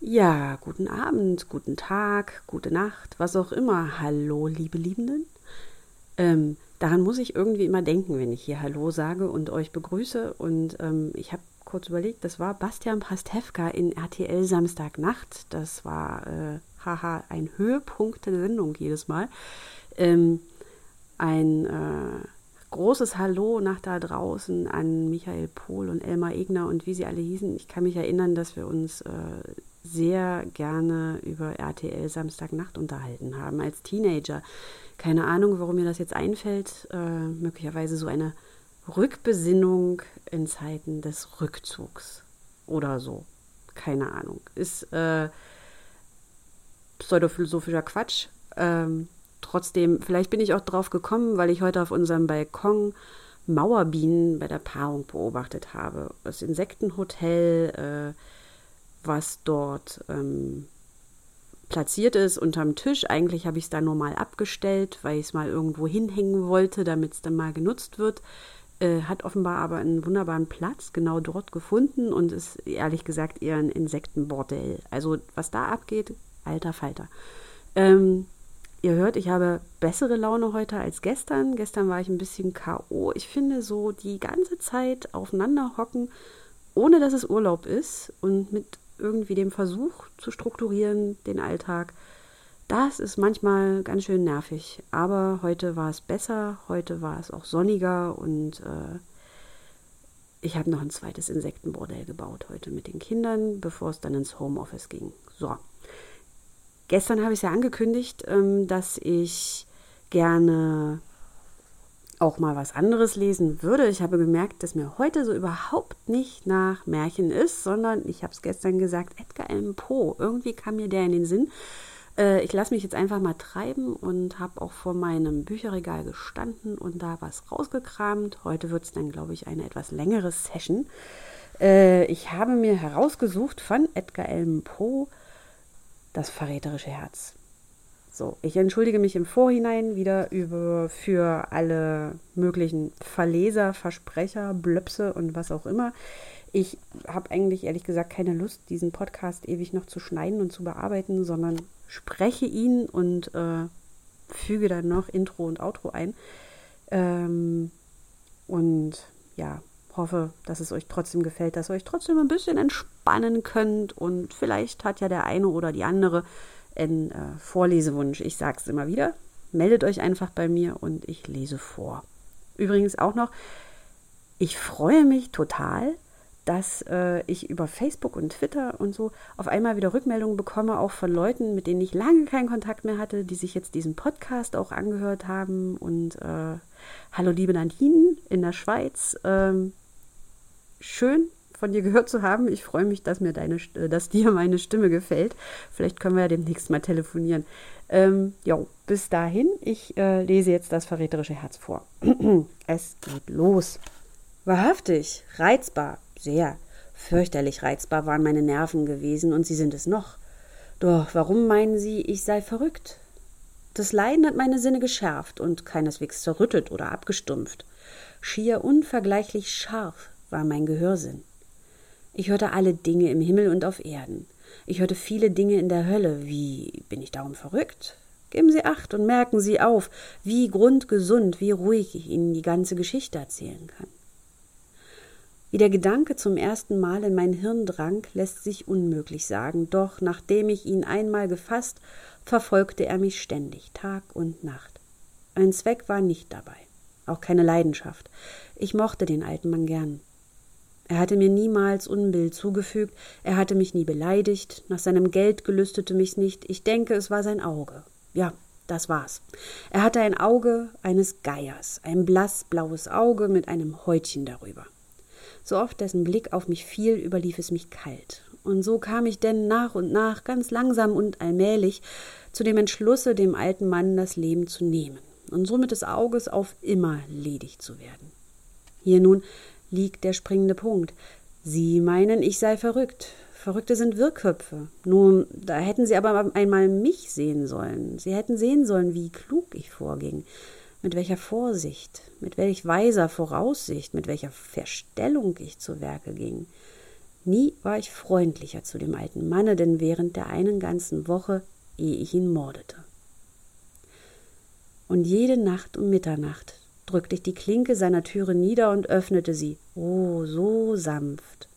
Ja, guten Abend, guten Tag, gute Nacht, was auch immer. Hallo, liebe Liebenden. Daran muss ich irgendwie immer denken, wenn ich hier Hallo sage und euch begrüße. Und ich habe kurz überlegt, das war Bastian Pastewka in RTL Samstagnacht. Das war, haha, ein Höhepunkt der Sendung jedes Mal. Ähm, ein großes Hallo nach da draußen an Michael Pohl und Elmar Egner und wie sie alle hießen. Ich kann mich erinnern, dass wir uns sehr gerne über RTL Samstagnacht unterhalten haben als Teenager. Keine Ahnung, warum mir das jetzt einfällt. Möglicherweise so eine Rückbesinnung in Zeiten des Rückzugs oder so. Keine Ahnung. Ist pseudophilosophischer Quatsch. Trotzdem, vielleicht bin ich auch drauf gekommen, weil ich heute auf unserem Balkon Mauerbienen bei der Paarung beobachtet habe. Das Insektenhotel, was dort platziert ist unterm Tisch. Eigentlich habe ich es da nur mal abgestellt, weil ich es mal irgendwo hinhängen wollte, damit es dann mal genutzt wird. Hat offenbar aber einen wunderbaren Platz genau dort gefunden und ist ehrlich gesagt eher ein Insektenbordell. Also was da abgeht, alter Falter. Ihr hört, ich habe bessere Laune heute als gestern. Gestern war ich ein bisschen K.O. Ich finde so die ganze Zeit aufeinander hocken, ohne dass es Urlaub ist und mit irgendwie dem Versuch zu strukturieren, den Alltag. Das ist manchmal ganz schön nervig. Aber heute war es besser, heute war es auch sonniger und ich habe noch ein zweites Insektenbordell gebaut heute mit den Kindern, bevor es dann ins Homeoffice ging. So. Gestern habe ich es ja angekündigt, dass ich gerne auch mal was anderes lesen würde. Ich habe gemerkt, dass mir heute so überhaupt nicht nach Märchen ist, sondern ich habe es gestern gesagt, Edgar Allan Poe. Irgendwie kam mir der in den Sinn. Ich lasse mich jetzt einfach mal treiben und habe auch vor meinem Bücherregal gestanden und da was rausgekramt. Heute wird es dann, glaube ich, eine etwas längere Session. Ich habe mir herausgesucht von Edgar Allan Poe Das verräterische Herz. So, ich entschuldige mich im Vorhinein wieder für alle möglichen Verleser, Versprecher, Blöpse und was auch immer. Ich habe eigentlich ehrlich gesagt keine Lust, diesen Podcast ewig noch zu schneiden und zu bearbeiten, sondern spreche ihn und füge dann noch Intro und Outro ein. Und ja, hoffe, dass es euch trotzdem gefällt, dass ihr euch trotzdem ein bisschen entspannen könnt und vielleicht hat ja der eine oder die andere einen Vorlesewunsch. Ich sage es immer wieder, meldet euch einfach bei mir und ich lese vor. Übrigens auch noch, ich freue mich total, dass ich über Facebook und Twitter und so auf einmal wieder Rückmeldungen bekomme, auch von Leuten, mit denen ich lange keinen Kontakt mehr hatte, die sich jetzt diesen Podcast auch angehört haben. Und hallo liebe Nadine in der Schweiz, schön von dir gehört zu haben. Ich freue mich, dass dir meine Stimme gefällt. Vielleicht können wir ja demnächst mal telefonieren. Bis dahin, ich lese jetzt das verräterische Herz vor. Es geht los. Wahrhaftig, reizbar, sehr, fürchterlich reizbar waren meine Nerven gewesen und sie sind es noch. Doch warum meinen Sie, ich sei verrückt? Das Leiden hat meine Sinne geschärft und keineswegs zerrüttet oder abgestumpft. Schier unvergleichlich scharf war mein Gehörsinn. Ich hörte alle Dinge im Himmel und auf Erden. Ich hörte viele Dinge in der Hölle. Wie, bin ich darum verrückt? Geben Sie Acht und merken Sie auf, wie grundgesund, wie ruhig ich Ihnen die ganze Geschichte erzählen kann. Wie der Gedanke zum ersten Mal in mein Hirn drang, lässt sich unmöglich sagen, doch nachdem ich ihn einmal gefasst, verfolgte er mich ständig, Tag und Nacht. Ein Zweck war nicht dabei, auch keine Leidenschaft. Ich mochte den alten Mann gern. Er hatte mir niemals Unbill zugefügt, er hatte mich nie beleidigt, nach seinem Geld gelüstete mich's nicht, ich denke, es war sein Auge. Ja, das war's. Er hatte ein Auge eines Geiers, ein blassblaues Auge mit einem Häutchen darüber. So oft dessen Blick auf mich fiel, überlief es mich kalt. Und so kam ich denn nach und nach, ganz langsam und allmählich, zu dem Entschlusse, dem alten Mann das Leben zu nehmen und somit des Auges auf immer ledig zu werden. Hier nun liegt der springende Punkt. Sie meinen, ich sei verrückt. Verrückte sind Wirrköpfe. Nun, da hätten Sie aber einmal mich sehen sollen. Sie hätten sehen sollen, wie klug ich vorging, mit welcher Vorsicht, mit welch weiser Voraussicht, mit welcher Verstellung ich zu Werke ging. Nie war ich freundlicher zu dem alten Manne, denn während der einen ganzen Woche, ehe ich ihn mordete. Und jede Nacht um Mitternacht drückte ich die Klinke seiner Türe nieder und öffnete sie, oh, so sanft.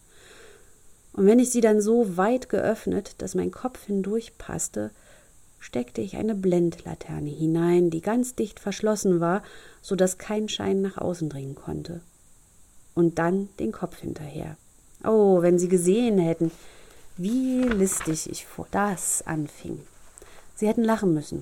Und wenn ich sie dann so weit geöffnet, dass mein Kopf hindurch passte, steckte ich eine Blendlaterne hinein, die ganz dicht verschlossen war, so dass kein Schein nach außen dringen konnte. Und dann den Kopf hinterher. Oh, wenn Sie gesehen hätten, wie listig ich vor das anfing. Sie hätten lachen müssen.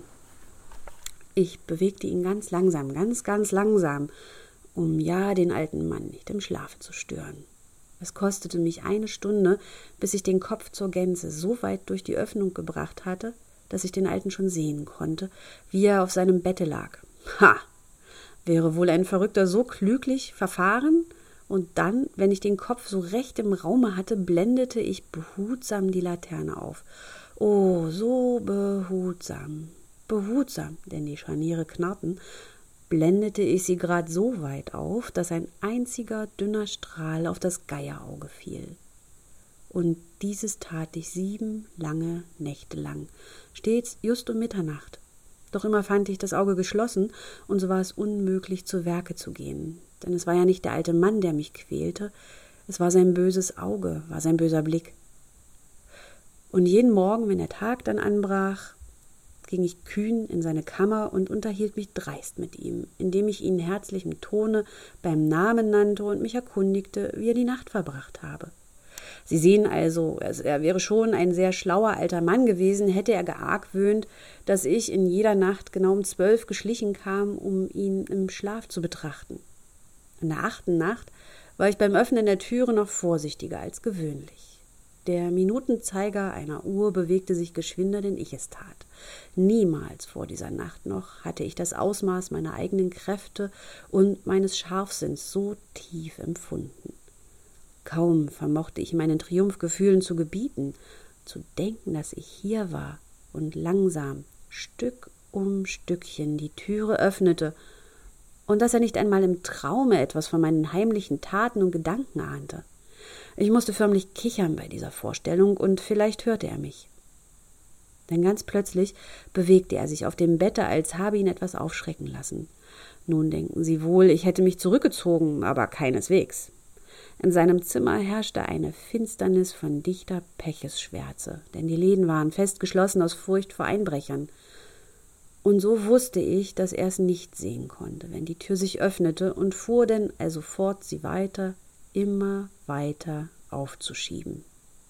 Ich bewegte ihn ganz langsam, ganz langsam, um ja den alten Mann nicht im Schlafe zu stören. Es kostete mich 1 Stunde, bis ich den Kopf zur Gänze so weit durch die Öffnung gebracht hatte, dass ich den Alten schon sehen konnte, wie er auf seinem Bette lag. Ha! Wäre wohl ein Verrückter so klüglich verfahren? Und dann, wenn ich den Kopf so recht im Raume hatte, blendete ich behutsam die Laterne auf. Oh, so behutsam, denn die Scharniere knarrten, blendete ich sie grad so weit auf, dass ein einziger dünner Strahl auf das Geierauge fiel. Und dieses tat ich 7 lange Nächte lang, stets just um Mitternacht. Doch immer fand ich das Auge geschlossen, und so war es unmöglich, zu Werke zu gehen. Denn es war ja nicht der alte Mann, der mich quälte, es war sein böses Auge, war sein böser Blick. Und jeden Morgen, wenn der Tag dann anbrach, ging ich kühn in seine Kammer und unterhielt mich dreist mit ihm, indem ich ihn in herzlichem Tone beim Namen nannte und mich erkundigte, wie er die Nacht verbracht habe. Sie sehen also, er wäre schon ein sehr schlauer alter Mann gewesen, hätte er geargwöhnt, dass ich in jeder Nacht genau um 12 geschlichen kam, um ihn im Schlaf zu betrachten. In der 8. Nacht war ich beim Öffnen der Türe noch vorsichtiger als gewöhnlich. Der Minutenzeiger einer Uhr bewegte sich geschwinder, denn ich es tat. Niemals vor dieser Nacht noch hatte ich das Ausmaß meiner eigenen Kräfte und meines Scharfsinns so tief empfunden. Kaum vermochte ich meinen Triumphgefühlen zu gebieten, zu denken, dass ich hier war und langsam, Stück um Stückchen die Türe öffnete und dass er nicht einmal im Traume etwas von meinen heimlichen Taten und Gedanken ahnte. Ich musste förmlich kichern bei dieser Vorstellung, und vielleicht hörte er mich. Denn ganz plötzlich bewegte er sich auf dem Bette, als habe ihn etwas aufschrecken lassen. Nun denken Sie wohl, ich hätte mich zurückgezogen, aber keineswegs. In seinem Zimmer herrschte eine Finsternis von dichter Pechesschwärze, denn die Läden waren fest geschlossen aus Furcht vor Einbrechern. Und so wusste ich, dass er es nicht sehen konnte, wenn die Tür sich öffnete, und fuhr denn also fort, sie weiter, immer weiter aufzuschieben.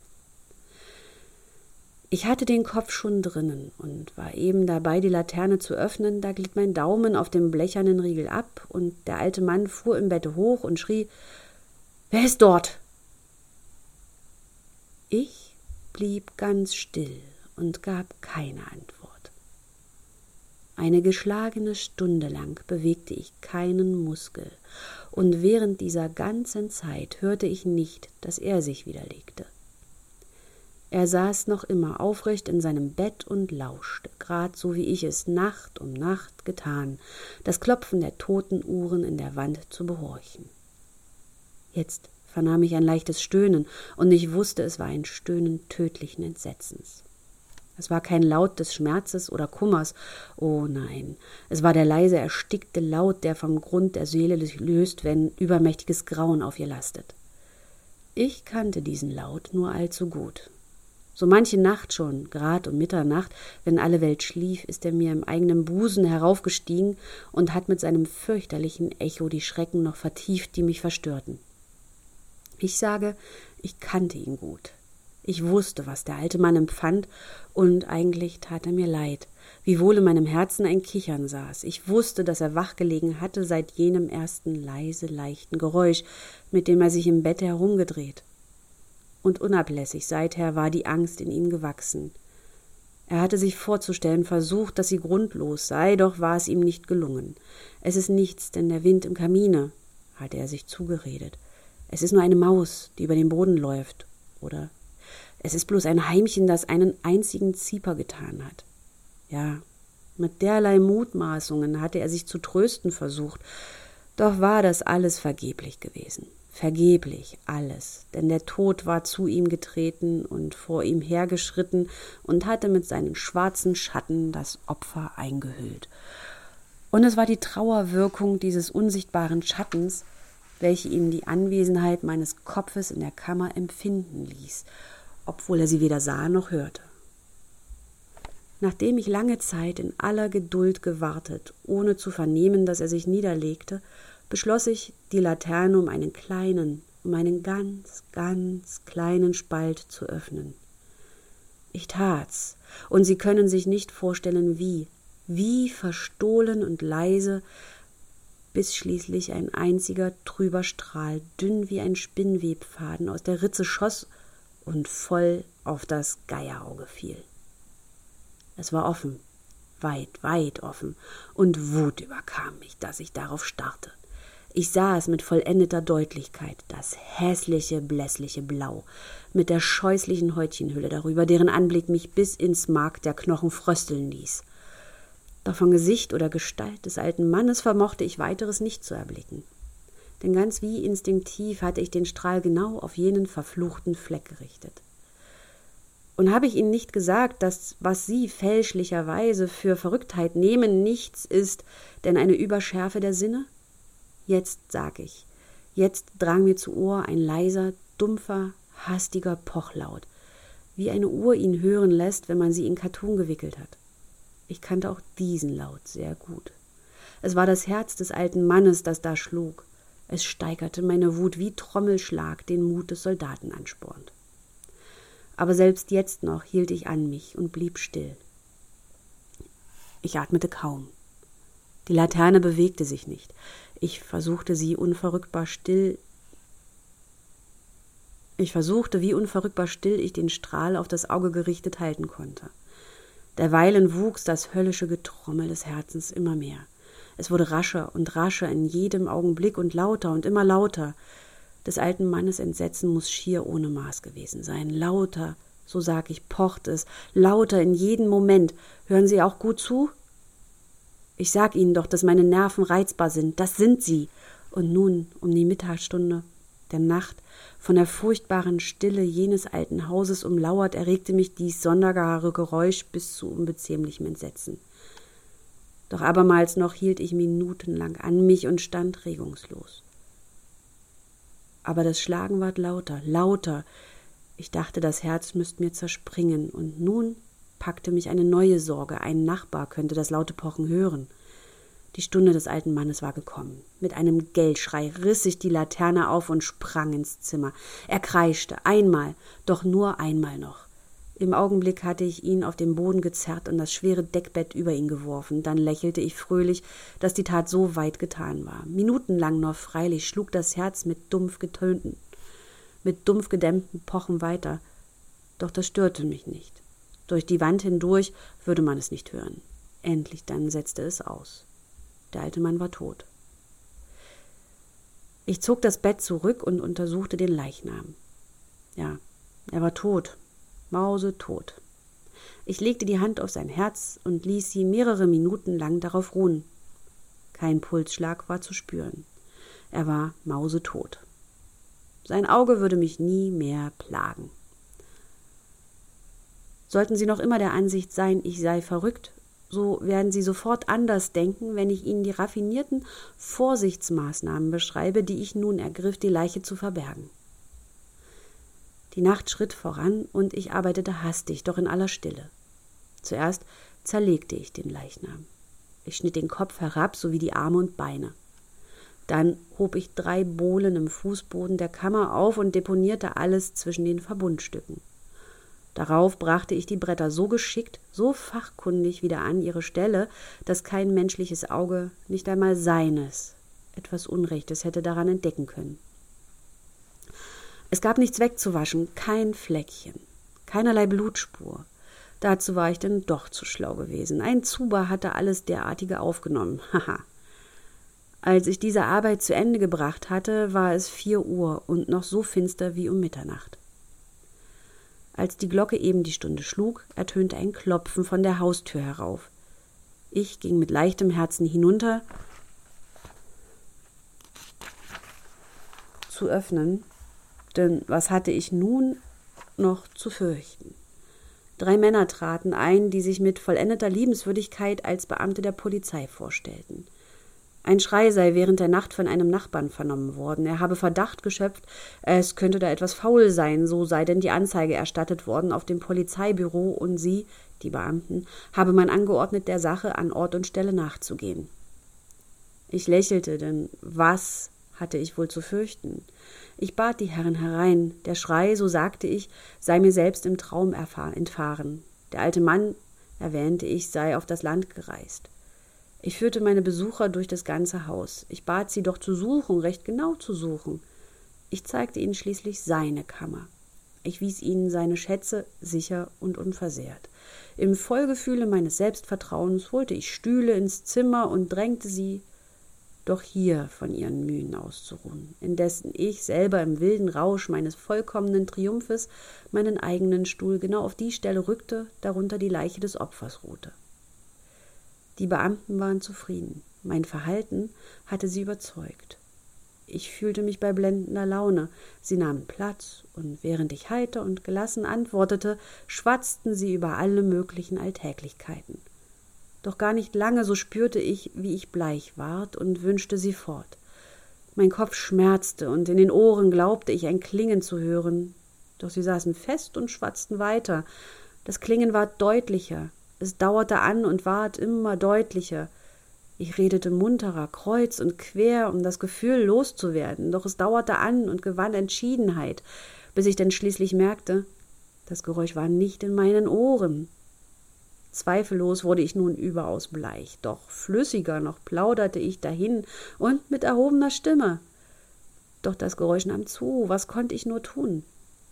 Ich hatte den Kopf schon drinnen und war eben dabei, die Laterne zu öffnen, da glitt mein Daumen auf dem blechernen Riegel ab, und der alte Mann fuhr im Bette hoch und schrie: »Wer ist dort?« Ich blieb ganz still und gab keine Antwort. Eine geschlagene Stunde lang bewegte ich keinen Muskel, und während dieser ganzen Zeit hörte ich nicht, dass er sich wieder legte. Er saß noch immer aufrecht in seinem Bett und lauschte, grad so wie ich es Nacht um Nacht getan, das Klopfen der Totenuhren in der Wand zu behorchen. Jetzt vernahm ich ein leichtes Stöhnen, und ich wusste, es war ein Stöhnen tödlichen Entsetzens. Es war kein Laut des Schmerzes oder Kummers, oh nein, es war der leise, erstickte Laut, der vom Grund der Seele löst, wenn übermächtiges Grauen auf ihr lastet. Ich kannte diesen Laut nur allzu gut. So manche Nacht schon, grad um Mitternacht, wenn alle Welt schlief, ist er mir im eigenen Busen heraufgestiegen und hat mit seinem fürchterlichen Echo die Schrecken noch vertieft, die mich verstörten. Ich sage, ich kannte ihn gut. Ich wusste, was der alte Mann empfand, und eigentlich tat er mir leid, wiewohl in meinem Herzen ein Kichern saß. Ich wusste, dass er wach gelegen hatte seit jenem ersten leise, leichten Geräusch, mit dem er sich im Bett herumgedreht. Und unablässig seither war die Angst in ihm gewachsen. Er hatte sich vorzustellen versucht, dass sie grundlos sei, doch war es ihm nicht gelungen. Es ist nichts, denn der Wind im Kamine, hatte er sich zugeredet. Es ist nur eine Maus, die über den Boden läuft, oder es ist bloß ein Heimchen, das einen einzigen Zieper getan hat. Ja, mit derlei Mutmaßungen hatte er sich zu trösten versucht, doch war das alles vergeblich gewesen. Vergeblich alles, denn der Tod war zu ihm getreten und vor ihm hergeschritten und hatte mit seinen schwarzen Schatten das Opfer eingehüllt. Und es war die Trauerwirkung dieses unsichtbaren Schattens, welche ihn die Anwesenheit meines Kopfes in der Kammer empfinden ließ, obwohl er sie weder sah noch hörte. Nachdem ich lange Zeit in aller Geduld gewartet, ohne zu vernehmen, dass er sich niederlegte, beschloss ich, die Laterne um einen ganz, ganz kleinen Spalt zu öffnen. Ich tat's, und Sie können sich nicht vorstellen, wie verstohlen und leise, bis schließlich ein einziger trüber Strahl, dünn wie ein Spinnwebfaden, aus der Ritze schoss und voll auf das Geierauge fiel. Es war offen, weit, weit offen, und Wut überkam mich, dass ich darauf starrte. Ich sah es mit vollendeter Deutlichkeit, das hässliche, blässliche Blau, mit der scheußlichen Häutchenhülle darüber, deren Anblick mich bis ins Mark der Knochen frösteln ließ. Doch von Gesicht oder Gestalt des alten Mannes vermochte ich weiteres nicht zu erblicken. Denn ganz wie instinktiv hatte ich den Strahl genau auf jenen verfluchten Fleck gerichtet. Und habe ich Ihnen nicht gesagt, dass, was Sie fälschlicherweise für Verrücktheit nehmen, nichts ist, denn eine Überschärfe der Sinne? Jetzt sag ich, jetzt drang mir zu Ohr ein leiser, dumpfer, hastiger Pochlaut, wie eine Uhr ihn hören lässt, wenn man sie in Kattun gewickelt hat. Ich kannte auch diesen Laut sehr gut. Es war das Herz des alten Mannes, das da schlug. Es steigerte meine Wut wie Trommelschlag den Mut des Soldaten anspornt. Aber selbst jetzt noch hielt ich an mich und blieb still. Ich atmete kaum. Die Laterne bewegte sich nicht. Ich versuchte, wie unverrückbar still ich den Strahl auf das Auge gerichtet halten konnte. Derweilen wuchs das höllische Getrommel des Herzens immer mehr. Es wurde rascher und rascher in jedem Augenblick und immer lauter. Des alten Mannes Entsetzen muß schier ohne Maß gewesen sein. Lauter, so sag ich, pocht es, lauter in jedem Moment. Hören Sie auch gut zu? Ich sag Ihnen doch, dass meine Nerven reizbar sind. Das sind sie. Und nun, um die Mittagsstunde der Nacht, von der furchtbaren Stille jenes alten Hauses umlauert, erregte mich dies sonderbare Geräusch bis zu unbezähmlichem Entsetzen. Doch abermals noch hielt ich minutenlang an mich und stand regungslos. Aber das Schlagen ward lauter, lauter. Ich dachte, das Herz müsste mir zerspringen, und nun packte mich eine neue Sorge. Ein Nachbar könnte das laute Pochen hören. Die Stunde des alten Mannes war gekommen. Mit einem Gellschrei riss ich die Laterne auf und sprang ins Zimmer. Er kreischte, einmal, doch nur einmal noch. Im Augenblick hatte ich ihn auf den Boden gezerrt und das schwere Deckbett über ihn geworfen. Dann lächelte ich fröhlich, dass die Tat so weit getan war. Minutenlang noch freilich schlug das Herz mit dumpf gedämmten Pochen weiter. Doch das störte mich nicht. Durch die Wand hindurch würde man es nicht hören. Endlich dann setzte es aus. Der alte Mann war tot. Ich zog das Bett zurück und untersuchte den Leichnam. Ja, er war tot, mausetot. Ich legte die Hand auf sein Herz und ließ sie mehrere Minuten lang darauf ruhen. Kein Pulsschlag war zu spüren. Er war mausetot. Sein Auge würde mich nie mehr plagen. Sollten Sie noch immer der Ansicht sein, ich sei verrückt, so werden Sie sofort anders denken, wenn ich Ihnen die raffinierten Vorsichtsmaßnahmen beschreibe, die ich nun ergriff, die Leiche zu verbergen. Die Nacht schritt voran und ich arbeitete hastig, doch in aller Stille. Zuerst zerlegte ich den Leichnam. Ich schnitt den Kopf herab sowie die Arme und Beine. Dann hob ich 3 Bohlen im Fußboden der Kammer auf und deponierte alles zwischen den Verbundstücken. Darauf brachte ich die Bretter so geschickt, so fachkundig wieder an ihre Stelle, dass kein menschliches Auge, nicht einmal seines, etwas Unrechtes hätte daran entdecken können. Es gab nichts wegzuwaschen, kein Fleckchen, keinerlei Blutspur. Dazu war ich denn doch zu schlau gewesen. Ein Zuber hatte alles derartige aufgenommen. Haha. Als ich diese Arbeit zu Ende gebracht hatte, war es 4 Uhr und noch so finster wie um Mitternacht. Als die Glocke eben die Stunde schlug, ertönte ein Klopfen von der Haustür herauf. Ich ging mit leichtem Herzen hinunter, zu öffnen, denn was hatte ich nun noch zu fürchten? 3 Männer traten ein, die sich mit vollendeter Liebenswürdigkeit als Beamte der Polizei vorstellten. Ein Schrei sei während der Nacht von einem Nachbarn vernommen worden. Er habe Verdacht geschöpft, es könnte da etwas faul sein, so sei denn die Anzeige erstattet worden auf dem Polizeibüro und sie, die Beamten, habe man angeordnet, der Sache an Ort und Stelle nachzugehen. Ich lächelte, denn was hatte ich wohl zu fürchten? Ich bat die Herren herein. Der Schrei, so sagte ich, sei mir selbst im Traum entfahren. Der alte Mann, erwähnte ich, sei auf das Land gereist. Ich führte meine Besucher durch das ganze Haus. Ich bat sie doch zu suchen, recht genau zu suchen. Ich zeigte ihnen schließlich seine Kammer. Ich wies ihnen seine Schätze sicher und unversehrt. Im Vollgefühle meines Selbstvertrauens holte ich Stühle ins Zimmer und drängte sie, doch hier von ihren Mühen auszuruhen, indessen ich selber im wilden Rausch meines vollkommenen Triumphes meinen eigenen Stuhl genau auf die Stelle rückte, darunter die Leiche des Opfers ruhte. Die Beamten waren zufrieden. Mein Verhalten hatte sie überzeugt. Ich fühlte mich bei blendender Laune. Sie nahmen Platz, und während ich heiter und gelassen antwortete, schwatzten sie über alle möglichen Alltäglichkeiten. Doch gar nicht lange, so spürte ich, wie ich bleich ward und wünschte sie fort. Mein Kopf schmerzte, und in den Ohren glaubte ich ein Klingen zu hören. Doch sie saßen fest und schwatzten weiter. Das Klingen ward deutlicher. Es dauerte an und ward immer deutlicher. Ich redete munterer, kreuz und quer, um das Gefühl loszuwerden, doch es dauerte an und gewann Entschiedenheit, bis ich denn schließlich merkte, das Geräusch war nicht in meinen Ohren. Zweifellos wurde ich nun überaus bleich, doch flüssiger noch plauderte ich dahin und mit erhobener Stimme. Doch das Geräusch nahm zu, was konnte ich nur tun?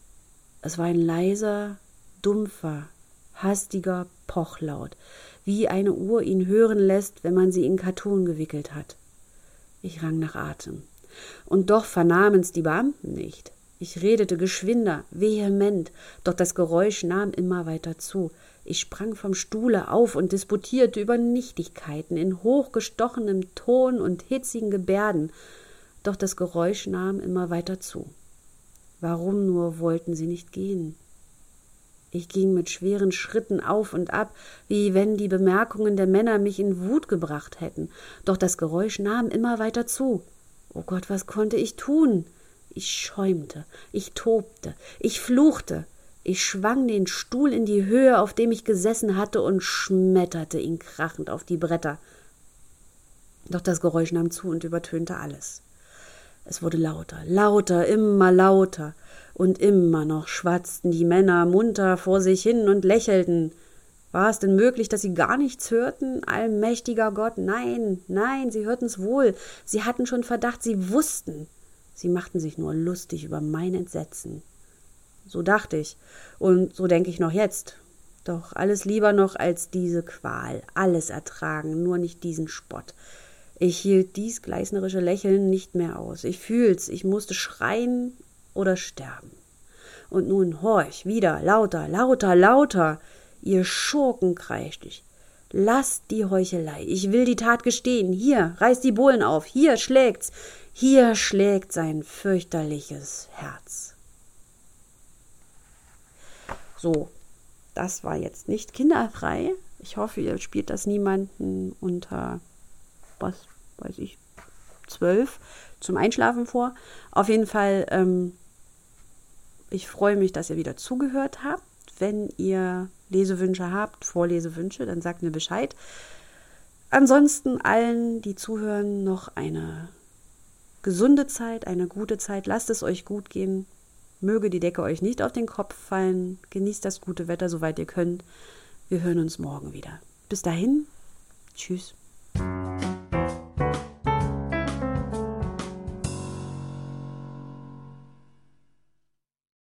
Es war ein leiser, dumpfer, hastiger Pochlaut, wie eine Uhr ihn hören lässt, wenn man sie in Kattun gewickelt hat. Ich rang nach Atem. Und doch vernahmen's die Beamten nicht. Ich redete geschwinder, vehement, doch das Geräusch nahm immer weiter zu. Ich sprang vom Stuhle auf und disputierte über Nichtigkeiten in hochgestochenem Ton und hitzigen Gebärden, doch das Geräusch nahm immer weiter zu. Warum nur wollten sie nicht gehen? Ich ging mit schweren Schritten auf und ab, wie wenn die Bemerkungen der Männer mich in Wut gebracht hätten, doch das Geräusch nahm immer weiter zu. Oh Gott, was konnte ich tun? Ich schäumte, ich tobte, ich fluchte, ich schwang den Stuhl in die Höhe, auf dem ich gesessen hatte, und schmetterte ihn krachend auf die Bretter. Doch das Geräusch nahm zu und übertönte alles. Es wurde lauter, lauter, immer lauter, und immer noch schwatzten die Männer munter vor sich hin und lächelten. War es denn möglich, dass sie gar nichts hörten? Allmächtiger Gott, nein, nein, sie hörten's wohl, sie hatten schon Verdacht, sie wussten. Sie machten sich nur lustig über mein Entsetzen. So dachte ich, und so denke ich noch jetzt. Doch alles lieber noch als diese Qual, alles ertragen, nur nicht diesen Spott. Ich hielt dies gleißnerische Lächeln nicht mehr aus. Ich fühl's, ich musste schreien oder sterben. Und nun horch, wieder, lauter, lauter, lauter. Ihr Schurken, kreischt ich. Lasst die Heuchelei, ich will die Tat gestehen. Hier, reißt die Bohlen auf, hier schlägt's. Hier schlägt sein fürchterliches Herz. So, das war jetzt nicht kinderfrei. Ich hoffe, ihr spielt das niemanden unter, was weiß ich, 12 zum Einschlafen vor. Auf jeden Fall, ich freue mich, dass ihr wieder zugehört habt. Wenn ihr Lesewünsche habt, Vorlesewünsche, dann sagt mir Bescheid. Ansonsten allen, die zuhören, noch eine gesunde Zeit, eine gute Zeit. Lasst es euch gut gehen. Möge die Decke euch nicht auf den Kopf fallen. Genießt das gute Wetter, soweit ihr könnt. Wir hören uns morgen wieder. Bis dahin. Tschüss.